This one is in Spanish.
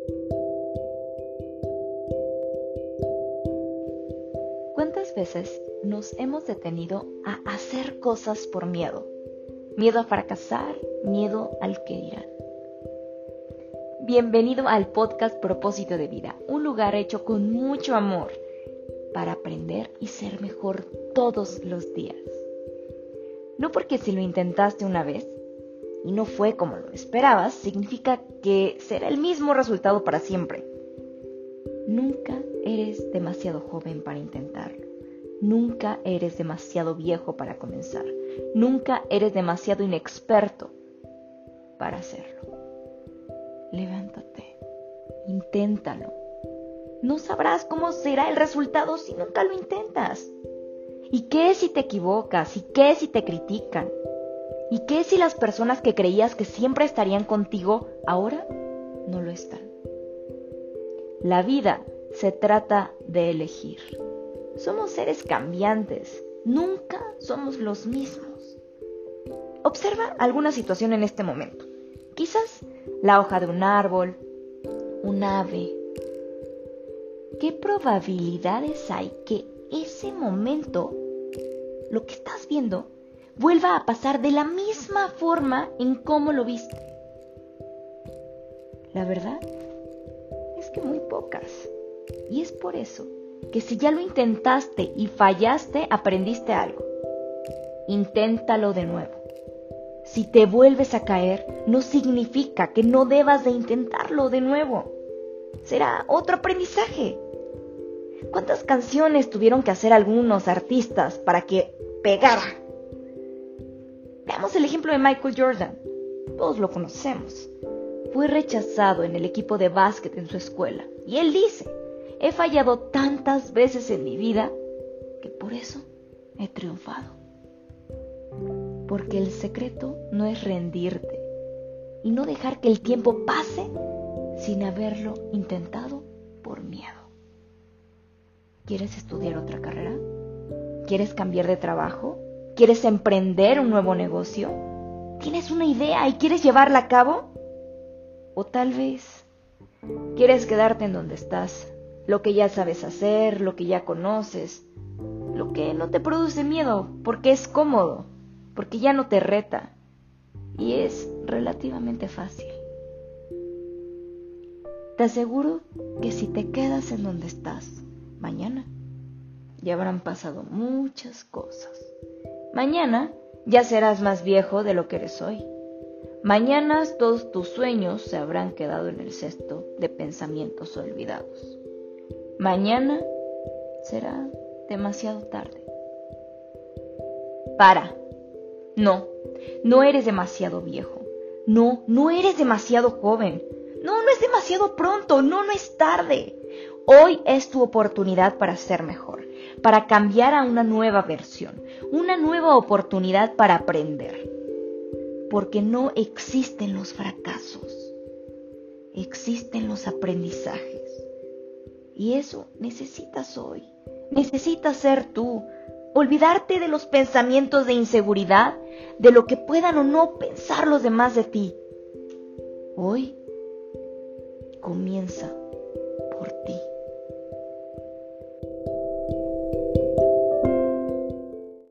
¿Cuántas veces nos hemos detenido a hacer cosas por miedo? Miedo a fracasar, miedo al que dirán. Bienvenido al podcast Propósito de Vida, un lugar hecho con mucho amor para aprender y ser mejor todos los días. No porque si lo intentaste una vez y no fue como lo esperabas, significa que será el mismo resultado para siempre. Nunca eres demasiado joven para intentarlo. Nunca eres demasiado viejo para comenzar. Nunca eres demasiado inexperto para hacerlo. Levántate, inténtalo. No sabrás cómo será el resultado si nunca lo intentas. ¿Y qué si te equivocas? ¿Y qué si te critican? ¿Y qué si las personas que creías que siempre estarían contigo ahora no lo están? La vida se trata de elegir. Somos seres cambiantes, nunca somos los mismos. Observa alguna situación en este momento. Quizás la hoja de un árbol, un ave. ¿Qué probabilidades hay que ese momento, lo que estás viendo, vuelva a pasar de la misma forma en cómo lo viste? La verdad es que muy pocas. Y es por eso que si ya lo intentaste y fallaste, aprendiste algo. Inténtalo de nuevo. Si te vuelves a caer, no significa que no debas de intentarlo de nuevo. Será otro aprendizaje. ¿Cuántas canciones tuvieron que hacer algunos artistas para que pegara? Veamos el ejemplo de Michael Jordan. Todos lo conocemos. Fue rechazado en el equipo de básquet en su escuela. Y él dice: he fallado tantas veces en mi vida que por eso he triunfado. Porque el secreto no es rendirte y no dejar que el tiempo pase sin haberlo intentado por miedo. ¿Quieres estudiar otra carrera? ¿Quieres cambiar de trabajo? ¿Quieres emprender un nuevo negocio? ¿Tienes una idea y quieres llevarla a cabo? O tal vez quieres quedarte en donde estás, lo que ya sabes hacer, lo que ya conoces, lo que no te produce miedo, porque es cómodo, porque ya no te reta y es relativamente fácil. Te aseguro que si te quedas en donde estás, mañana ya habrán pasado muchas cosas. Mañana ya serás más viejo de lo que eres hoy. Mañana todos tus sueños se habrán quedado en el cesto de pensamientos olvidados. Mañana será demasiado tarde. Para. No eres demasiado viejo. No eres demasiado joven. No es demasiado pronto. No es tarde. Hoy es tu oportunidad para ser mejor, para cambiar a una nueva versión, una nueva oportunidad para aprender. Porque no existen los fracasos, existen los aprendizajes. Y eso necesitas hoy. Necesitas ser tú. Olvidarte de los pensamientos de inseguridad, de lo que puedan o no pensar los demás de ti. Hoy comienza por ti.